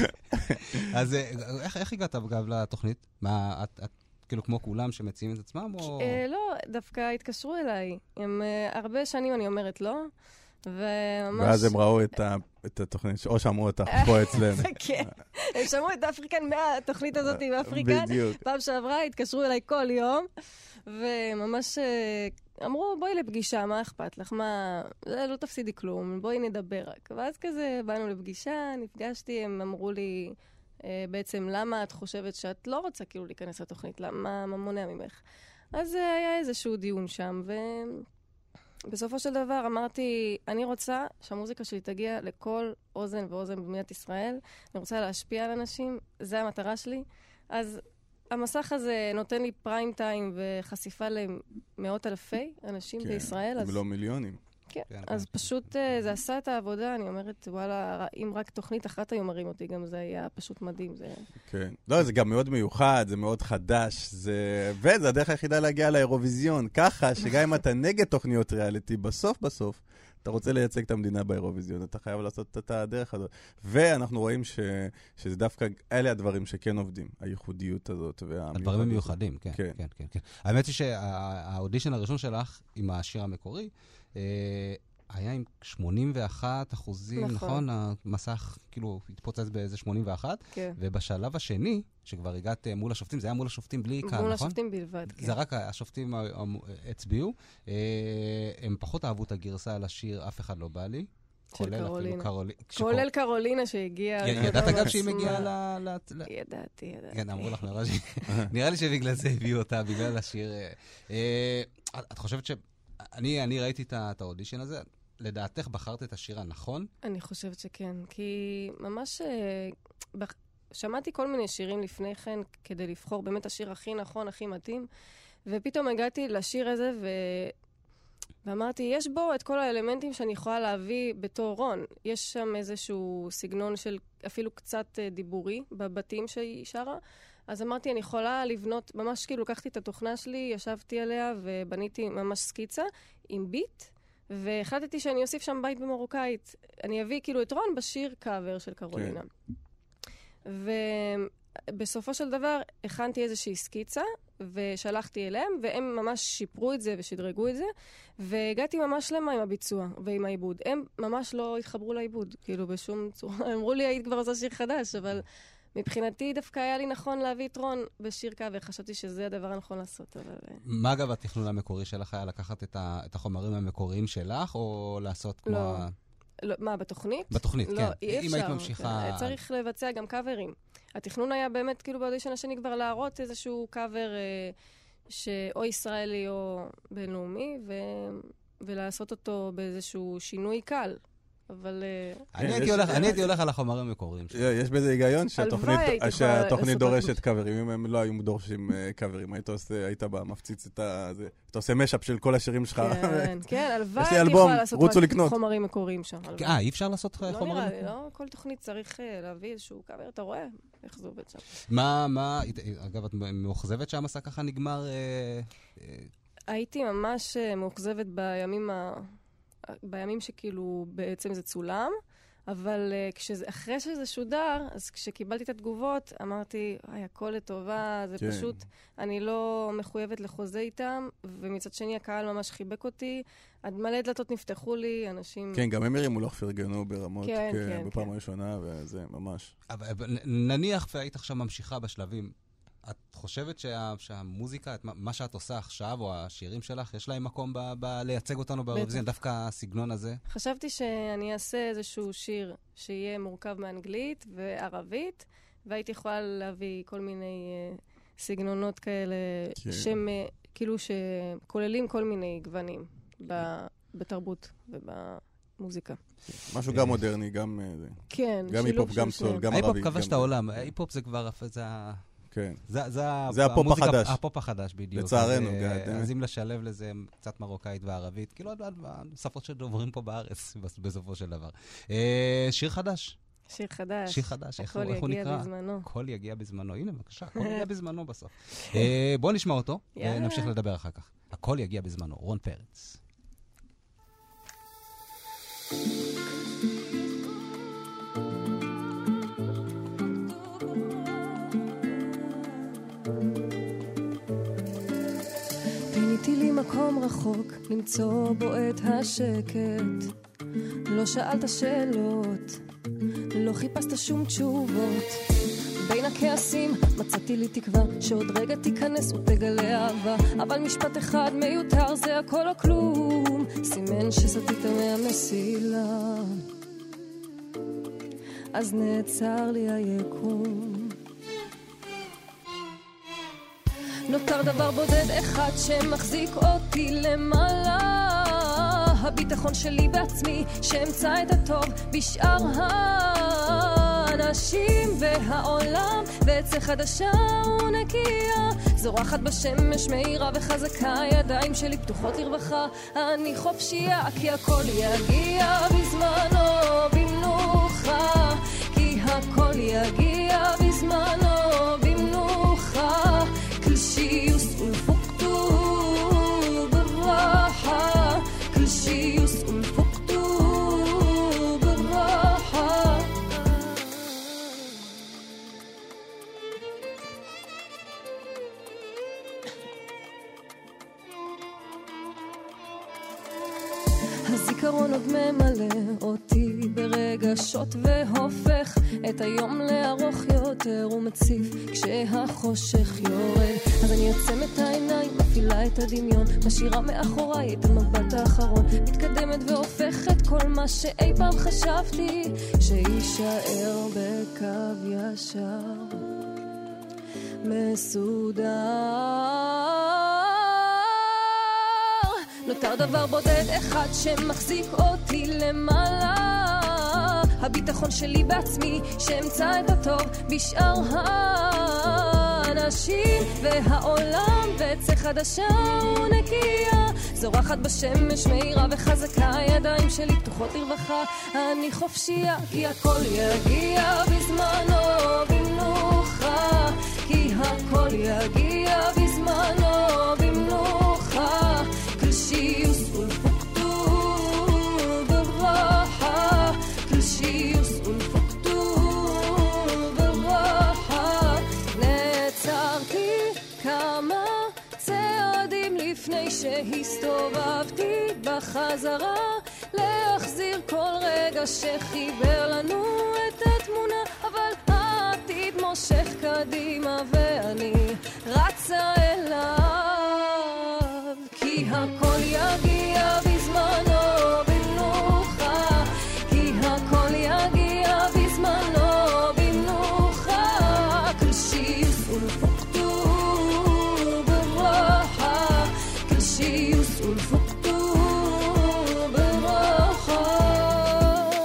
אז איך הגעת אגב לתוכנית? מה, את... כאילו כמו כולם שמציעים את עצמם, או... לא, דווקא התקשרו אליי. הם הרבה שנים אני אומרת לא, וממש... ואז הם ראו את התוכנית, או שמעו אותך פה אצלנו. כן, הם שמעו את אפריקן מהתוכנית הזאת באפריקן. בדיוק. פעם שעברה התקשרו אליי כל יום, וממש אמרו, בואי לפגישה, מה אכפת לך? מה... לא תפסידי כלום, בואי נדבר רק. ואז כזה באנו לפגישה, נפגשתי, הם אמרו לי... בעצם, למה את חושבת שאת לא רוצה כאילו להיכנס לתוכנית? למה מונע ממך? אז היה איזשהו דיון שם, ובסופו של דבר אמרתי, אני רוצה שהמוזיקה שלי תגיע לכל אוזן ואוזן במדינת ישראל. אני רוצה להשפיע על אנשים, זה המטרה שלי. אז המסך הזה נותן לי פריים טיים וחשיפה למאות אלפי אנשים כן, בישראל. אם לא מיליונים. כן, אז פשוט זה עשה את העבודה, אני אומרת, וואלה, אם רק תוכנית אחת היו מראים אותי, גם זה היה פשוט מדהים. כן, לא, זה גם מאוד מיוחד, זה מאוד חדש, וזה הדרך היחידה להגיע לאירוויזיון, ככה שגם אם אתה נגד תוכניות ריאליטי, בסוף בסוף, אתה רוצה לייצג את המדינה באירוויזיון, אתה חייב לעשות את הדרך הזאת. ואנחנו רואים ש, שזה דווקא, אלה הדברים שכן עובדים, הייחודיות הזאת. הדברים המיוחדים, כן, כן, כן, כן, כן. האמת היא שהאודישן הראשון שלך, עם השיר המקורי, היה עם שמונים ואחת אחוזים, נכון? המסך כאילו התפוצץ באיזה שמונים ואחת, ובשלב השני, שכבר הגעת מול השופטים, זה היה מול השופטים בלי קהל, נכון? מול השופטים בלבד, כן. זה רק השופטים הצביעו. הם פחות אהבו את הגרסה על השיר "אף אחד לא בא לי". של קרולינה. כולל קרולינה שהגיעה... ידעת אגב שהיא מגיעה ל... ידעתי, ידעתי. כן, אמרו לך מראש. נראה לי שבגלל זה הביאו אותה, בגלל השיר. את חושבת ש... אני, אני ראיתי את האודישן הזה. לדעתך בחרת את השיר הנכון? אני חושבת שכן, כי ממש בח... שמעתי כל מיני שירים לפני כן כדי לבחור באמת השיר הכי נכון, הכי מתאים, ופתאום הגעתי לשיר הזה ו... ואמרתי, יש בו את כל האלמנטים שאני יכולה להביא בתור רון. יש שם איזשהו סגנון של אפילו קצת דיבורי בבתים שהיא שרה, אז אמרתי, אני יכולה לבנות, ממש כאילו לקחתי את התוכנה שלי, ישבתי עליה ובניתי ממש סקיצה עם ביט, והחלטתי שאני אוסיף שם בית במרוקאית. אני אביא כאילו את רון בשיר קאבר של קרולינה. כן. ובסופו של דבר הכנתי איזושהי סקיצה, ושלחתי אליהם, והם ממש שיפרו את זה ושדרגו את זה, והגעתי ממש למה עם הביצוע ועם העיבוד. הם ממש לא התחברו לעיבוד, כאילו בשום צורה. אמרו לי, היית כבר עושה שיר חדש, אבל... מבחינתי דווקא היה לי נכון להביא את רון בשיר קאבר, חשבתי שזה הדבר הנכון לעשות. אבל... מה אגב התכנון המקורי שלך היה לקחת את, ה, את החומרים המקוריים שלך, או לעשות כמו... לא, לא, מה, בתוכנית? בתוכנית, לא, כן. אי אפשר. אם היית ממשיכה... כן, צריך לבצע גם קאברים. התכנון היה באמת, כאילו באודישן השני כבר להראות איזשהו קאבר אה, שאו ישראלי או בינלאומי, ו... ולעשות אותו באיזשהו שינוי קל. אבל... אני הייתי הולך על החומרים המקוריים. יש בזה היגיון שהתוכנית דורשת קאברים. אם הם לא היו דורשים קאברים, היית בא, מפציץ את זה. אתה עושה משאפ של כל השירים שלך. כן, כן, הלוואי הייתי יכולה לעשות חומרים מקוריים שם. אה, אי אפשר לעשות חומרים מקוריים? לא מקוריים? נראה לי, לא. כל תוכנית צריך להביא איזשהו קאבר, אתה רואה איך זה עובד שם. מה, מה, אגב, את מאוכזבת שהמסע ככה נגמר? הייתי ממש מאוכזבת בימים ה... בימים שכאילו בעצם זה צולם, אבל uh, כשזה, אחרי שזה שודר, אז כשקיבלתי את התגובות, אמרתי, היי, הכל לטובה, זה כן. פשוט, אני לא מחויבת לחוזה איתם, ומצד שני הקהל ממש חיבק אותי, עד מלא דלתות נפתחו לי, אנשים... כן, גם הם הרימו לך פרגנו ברמות, כן, כן, כן, בפעם כן. הראשונה, וזה ממש. אבל, אבל נניח והיית עכשיו ממשיכה בשלבים, את חושבת שה, שהמוזיקה, את מה, מה שאת עושה עכשיו, או השירים שלך, יש להם מקום ב, ב, לייצג אותנו באירוויזיון, דווקא הסגנון הזה? חשבתי שאני אעשה איזשהו שיר שיהיה מורכב מאנגלית וערבית, והייתי יכולה להביא כל מיני uh, סגנונות כאלה, כן. שהם uh, כאילו שכוללים כל מיני גוונים ב, בתרבות ובמוזיקה. משהו גם מודרני, גם... כן, גם היפופ, גם סול, גם ערבי. היפופ כבש את העולם, היפופ זה כבר... כן. זה, זה, זה הפופ החדש. הפופ החדש בדיוק. לצערנו. אז אם לשלב לזה קצת מרוקאית וערבית, כאילו השפות שדוברים פה בארץ בסופו של דבר. שיר חדש. שיר חדש. שיר חדש. איך הוא נקרא? בזמנו. הכל יגיע בזמנו. הנה, בבקשה, הכל יגיע בזמנו בסוף. בואו נשמע אותו, ונמשיך לדבר אחר כך. הכל יגיע בזמנו. רון פרץ. פיניתי לי מקום רחוק, למצוא בו את השקט. לא שאלת שאלות, לא חיפשת שום תשובות. בין הכעסים מצאתי לי תקווה שעוד רגע תיכנס ותגלה אהבה, אבל משפט אחד מיותר, זה הכל או כלום, סימן שסתית מהמסילה. אז נעצר לי היקום. נותר דבר בודד אחד שמחזיק אותי למעלה, הביטחון שלי בעצמי שאמצא את הטוב בשאר האנשים והעולם, ועצה חדשה ונקייה זורחת בשמש מהירה וחזקה, הידיים שלי פתוחות לרווחה, אני חופשייה כי הכל יגיע בזמנו במנוחה, כי הכל יגיע בזמנו במנוחה. كل شي يسقل فقته بالراحة، كل شي يسقل فقته بالراحة. הזיכרון עוד ממלא אותי ברגשות והופך את היום לארוך יותר ומציף כשהחושך יורד. אז אני עוצמת העיניים, מפעילה את הדמיון, משאירה מאחוריי את המבט האחרון, מתקדמת והופכת כל מה שאי פעם חשבתי שישאר בקו ישר מסודר. נותר דבר בודד אחד שמחזיק אותי למעלה, הביטחון שלי בעצמי שאמצא את הטוב בשאר האנשים והעולם, ועצה חדשה ונקייה זורחת בשמש מהירה וחזקה, הידיים שלי פתוחות לרווחה, אני חופשייה כי הכל יגיע בזמנו במנוחה, כי הכל יגיע בזמנו במנוחה. كل شي يسقل فقته بالراحة، كل شي يسقل فقته بالراحة. נעצרתי כמה צעדים לפני שהסתובבתי בחזרה, להחזיר כל רגע שחיבר לנו את התמונה, אבל העתיד מושך קדימה ואני רצה אליו, כי הכל יגיע בזמנו במנוחה, כי הכל יגיע בזמנו במנוחה. كل شي يسقل فقته بالراحة، كل شي يسقل فقته بالراحة.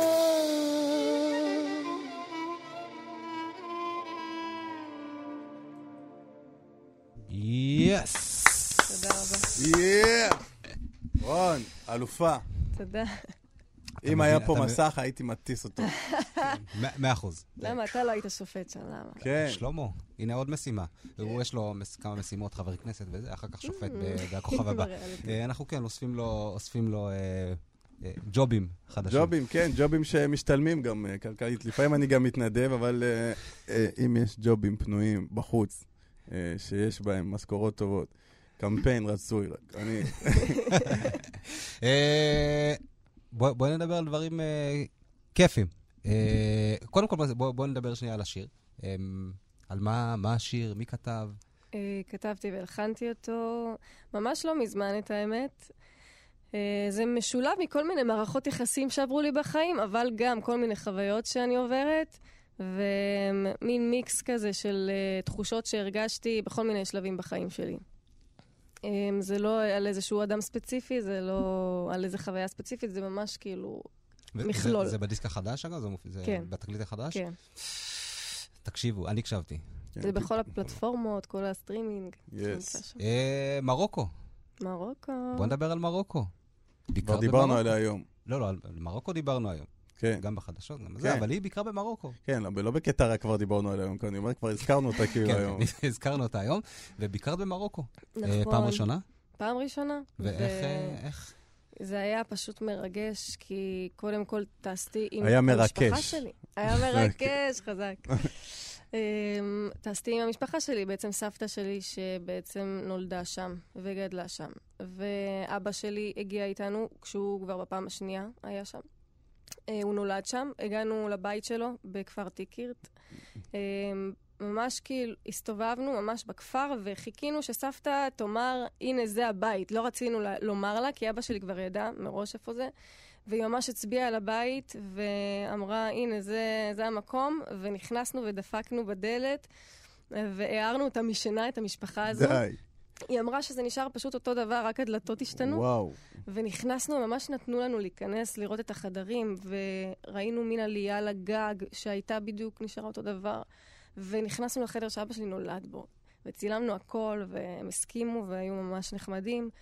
רבה. יאה! רון, אלופה. תודה. אם היה פה מסך, הייתי מטיס אותו. מאה אחוז. למה? אתה לא היית שופט שם, למה? כן. שלמה, הנה עוד משימה. הוא יש לו כמה משימות, חבר כנסת וזה, אחר כך שופט בכוכב הבא. אנחנו כן, אוספים לו ג'ובים חדשים. ג'ובים, כן, ג'ובים שמשתלמים גם כלכלית. לפעמים אני גם מתנדב, אבל אם יש ג'ובים פנויים בחוץ, שיש בהם משכורות טובות, קמפיין רצוי רק. אני... בואי בוא נדבר על דברים uh, כיפים. Uh, קודם כל, בואי בוא נדבר שנייה על השיר. Um, על מה, מה השיר, מי כתב? Uh, כתבתי והלחנתי אותו ממש לא מזמן, את האמת. Uh, זה משולב מכל מיני מערכות יחסים שעברו לי בחיים, אבל גם כל מיני חוויות שאני עוברת, ומין מיקס כזה של uh, תחושות שהרגשתי בכל מיני שלבים בחיים שלי. זה לא על איזשהו אדם ספציפי, זה לא על איזו חוויה ספציפית, זה ממש כאילו מכלול. זה בדיסק החדש, אגב? זה בתקליט החדש? כן. תקשיבו, אני הקשבתי. זה בכל הפלטפורמות, כל הסטרימינג. מרוקו. מרוקו. בוא נדבר על מרוקו. כבר דיברנו עליה היום. לא, לא, על מרוקו דיברנו היום. כן. גם בחדשות, גם בזה, אבל היא ביקרה במרוקו. כן, לא בקטע רק כבר דיברנו עליה היום, אני אומר, כבר הזכרנו אותה כאילו היום. כן, הזכרנו אותה היום, וביקרת במרוקו. נכון. פעם ראשונה? פעם ראשונה. ואיך? זה היה פשוט מרגש, כי קודם כל טסתי עם המשפחה שלי. היה מרגש, חזק. טסתי עם המשפחה שלי, בעצם סבתא שלי שבעצם נולדה שם וגדלה שם. ואבא שלי הגיע איתנו כשהוא כבר בפעם השנייה היה שם. הוא נולד שם, הגענו לבית שלו בכפר תיקירט. ממש כאילו הסתובבנו ממש בכפר וחיכינו שסבתא תאמר, הנה זה הבית. לא רצינו לומר לה, כי אבא שלי כבר ידע מראש איפה זה. והיא ממש הצביעה על הבית ואמרה, הנה זה, זה המקום. ונכנסנו ודפקנו בדלת והערנו אותה משנה, את המשפחה הזו. די. היא אמרה שזה נשאר פשוט אותו דבר, רק הדלתות השתנו. וואו. ונכנסנו, ממש נתנו לנו להיכנס, לראות את החדרים, וראינו מין עלייה לגג, שהייתה בדיוק נשארה אותו דבר. ונכנסנו לחדר שאבא שלי נולד בו. וצילמנו הכל, והם הסכימו, והיו ממש נחמדים.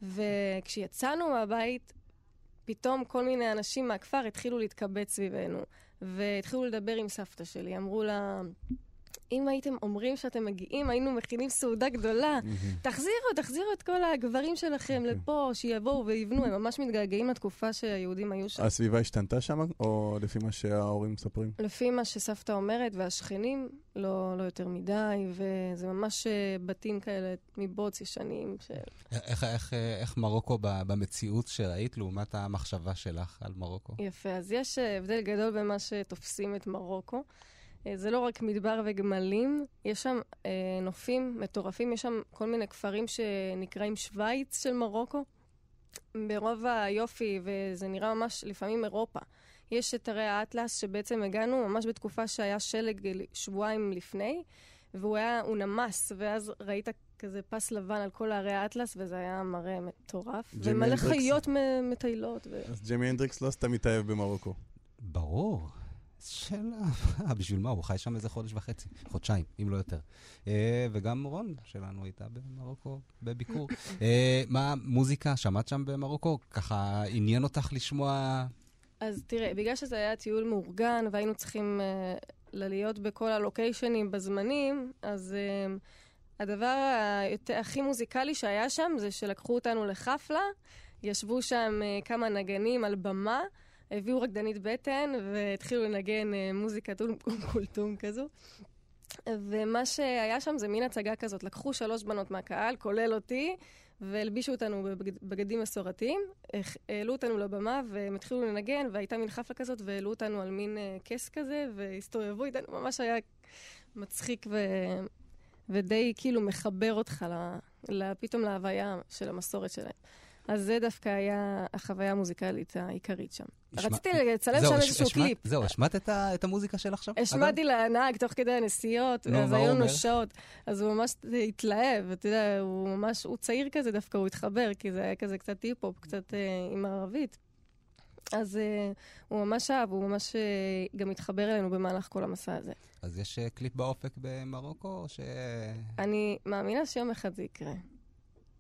וכשיצאנו מהבית, פתאום כל מיני אנשים מהכפר התחילו להתקבץ סביבנו. והתחילו לדבר עם סבתא שלי. אמרו לה... אם הייתם אומרים שאתם מגיעים, היינו מכינים סעודה גדולה. תחזירו, תחזירו את כל הגברים שלכם לפה, שיבואו ויבנו. הם ממש מתגעגעים לתקופה שהיהודים היו שם. הסביבה השתנתה שם, או לפי מה שההורים מספרים? לפי מה שסבתא אומרת, והשכנים, לא, לא יותר מדי, וזה ממש בתים כאלה מבוץ ישנים. ש... איך, איך, איך מרוקו במציאות שראית, לעומת המחשבה שלך על מרוקו? יפה, אז יש הבדל גדול במה שתופסים את מרוקו. זה לא רק מדבר וגמלים, יש שם אה, נופים מטורפים, יש שם כל מיני כפרים שנקראים שוויץ של מרוקו, ברוב היופי, וזה נראה ממש לפעמים אירופה. יש את הרי האטלס שבעצם הגענו ממש בתקופה שהיה שלג שבועיים לפני, והוא היה, הוא נמס, ואז ראית כזה פס לבן על כל הרי האטלס, וזה היה מראה מטורף, ומלא חיות מטיילות. ו... אז ג'ימי הנדריקס לא סתם מתאהב במרוקו. ברור. שאלה, בשביל מה? הוא חי שם איזה חודש וחצי, חודשיים, אם לא יותר. וגם רון שלנו הייתה במרוקו בביקור. מה המוזיקה? שמעת שם במרוקו? ככה עניין אותך לשמוע? אז תראה, בגלל שזה היה טיול מאורגן, והיינו צריכים להיות בכל הלוקיישנים בזמנים, אז הדבר הכי מוזיקלי שהיה שם זה שלקחו אותנו לחפלה, ישבו שם כמה נגנים על במה, הביאו רקדנית בטן והתחילו לנגן מוזיקה טום קולטום כזו. ומה שהיה שם זה מין הצגה כזאת. לקחו שלוש בנות מהקהל, כולל אותי, והלבישו אותנו בבגדים מסורתיים, העלו אותנו לבמה והם התחילו לנגן, והייתה מין חפלה כזאת, והעלו אותנו על מין כס כזה, והסתובבו איתנו. ממש היה מצחיק ו... ודי כאילו מחבר אותך ל... פתאום להוויה של המסורת שלהם. אז זה דווקא היה החוויה המוזיקלית העיקרית שם. רציתי לצלם שם איזשהו קליפ. זהו, השמעת את המוזיקה של עכשיו? השמעתי לנהג תוך כדי הנסיעות, אז היו לנו שעות. אז הוא ממש התלהב, אתה יודע, הוא ממש, הוא צעיר כזה דווקא, הוא התחבר, כי זה היה כזה קצת היפ-הופ, קצת עם ערבית. אז הוא ממש אהב, הוא ממש גם התחבר אלינו במהלך כל המסע הזה. אז יש קליפ באופק במרוקו, או ש... אני מאמינה שיום אחד זה יקרה.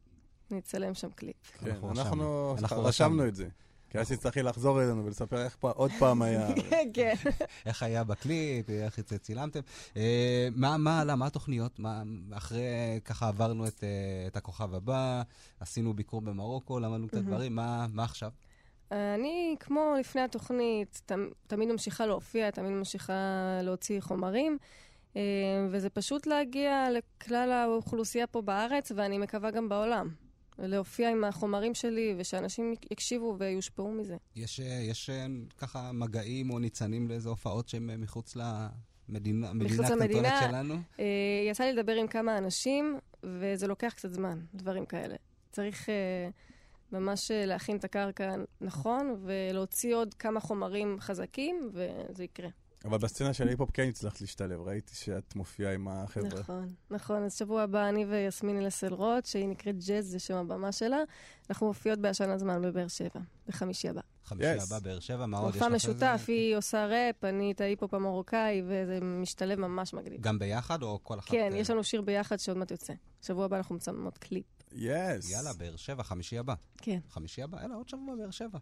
נצלם שם קליפ. כן, אנחנו רשמנו את זה. כי אז תצטרכי לחזור אלינו ולספר איך עוד פעם היה. כן. איך היה בקליפ, איך צילמתם. מה עלה, מה התוכניות? אחרי ככה עברנו את הכוכב הבא, עשינו ביקור במרוקו, למדנו קצת דברים, מה עכשיו? אני, כמו לפני התוכנית, תמיד ממשיכה להופיע, תמיד ממשיכה להוציא חומרים, וזה פשוט להגיע לכלל האוכלוסייה פה בארץ, ואני מקווה גם בעולם. להופיע עם החומרים שלי, ושאנשים יקשיבו ויושפעו מזה. יש, יש ככה מגעים או ניצנים לאיזה הופעות שהם מחוץ למדינה, מדינה הקטנטונת שלנו? יצא לי לדבר עם כמה אנשים, וזה לוקח קצת זמן, דברים כאלה. צריך ממש להכין את הקרקע נכון, ולהוציא עוד כמה חומרים חזקים, וזה יקרה. אבל בסצנה של היפ-הופ כן הצלחת להשתלב, ראיתי שאת מופיעה עם החבר'ה. נכון, נכון. אז שבוע הבא אני ויסמיני לסלרוט, שהיא נקראת ג'אז, זה שם הבמה שלה. אנחנו מופיעות בעשן הזמן בבאר שבע, בחמישי הבא. חמישי הבא, באר שבע, מה עוד יש לך? מופע משותף, היא עושה ראפ, אני את ההיפ-הופ המרוקאי, וזה משתלב ממש מגניב. גם ביחד או כל אחת? כן, יש לנו שיר ביחד שעוד מעט יוצא. שבוע הבא אנחנו מצלמות קליפ. יס. יאללה, באר שבע, חמישי הבא. כן. חמישי הבא, יאללה, עוד שבוע באר שבע.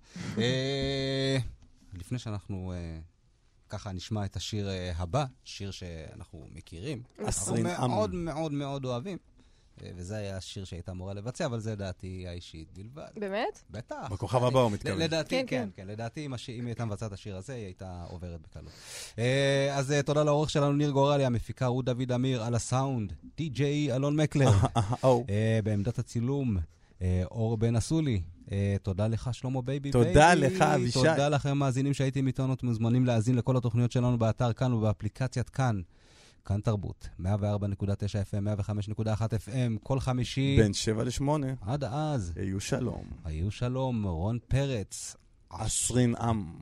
לפני שאנחנו ככה נשמע את השיר הבא, שיר שאנחנו מכירים, אנחנו מאוד מאוד מאוד אוהבים, וזה היה השיר שהייתה אמורה לבצע, אבל זה דעתי האישית בלבד. באמת? בטח. בכוכב הבא הוא מתכוון. לדעתי, כן, כן. לדעתי, אם היא הייתה מבצעת את השיר הזה, היא הייתה עוברת בקלות. אז תודה לעורך שלנו, ניר גורלי, המפיקה רות דוד אמיר, על הסאונד, די-ג'יי אלון מקלר, בעמדת הצילום, אור בן אסולי. תודה לך, שלמה בייבי בייבי. תודה לך, אבישי. תודה לכם, מאזינים שהייתם איתנו, אתם מוזמנים להאזין לכל התוכניות שלנו באתר כאן ובאפליקציית כאן. כאן תרבות, מאה וארבע נקודה תשע אף אם, מאה וחמש נקודה אחת אף אם, כל חמישי. בין שבע לשמונה. עד אז. היו שלום. היו שלום, רון פרץ. עשרין עם.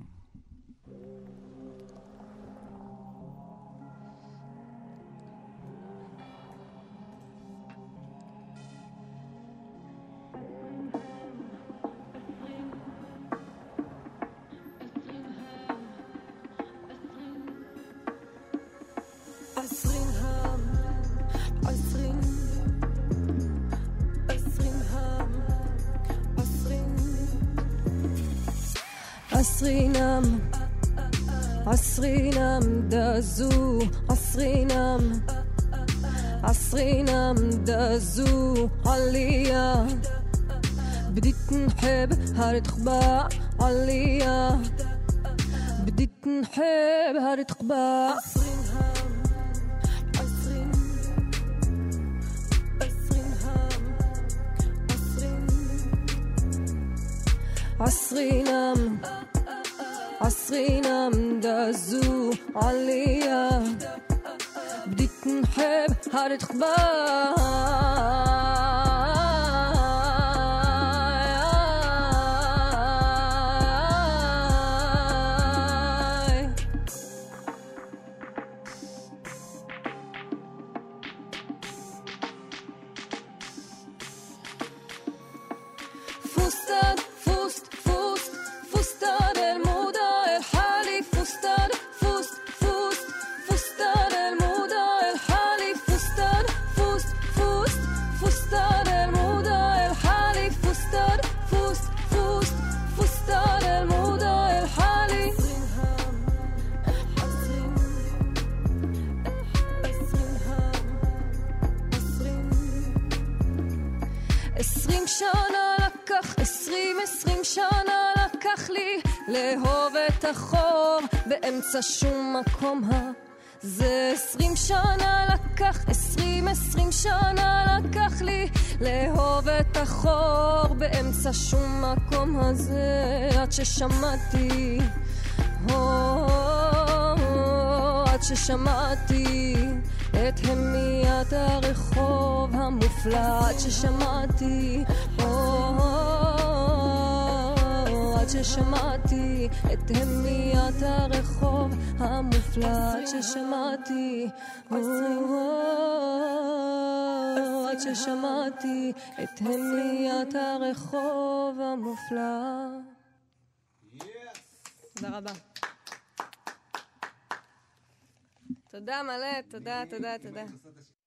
عصرينام عصرينام دازو عصرينام عصرينام دازو عليا بديت نحب هارد خباع عليا بديت نحب هارد خباع عصرينام عصرينام دازو عليا بديت نحب هارد خباع לאהוב את החור באמצע שום מקום זה עשרים שנה לקח, עשרים עשרים שנה לקח לי לאהוב את החור באמצע שום מקום הזה עד ששמעתי עד ששמעתי את המיית הרחוב המופלא עד ששמעתי עד ששמעתי את המיית הרחוב המופלא עד ששמעתי עד ששמעתי את המיית הרחוב המופלא. תודה רבה. תודה מלא, תודה, תודה, תודה.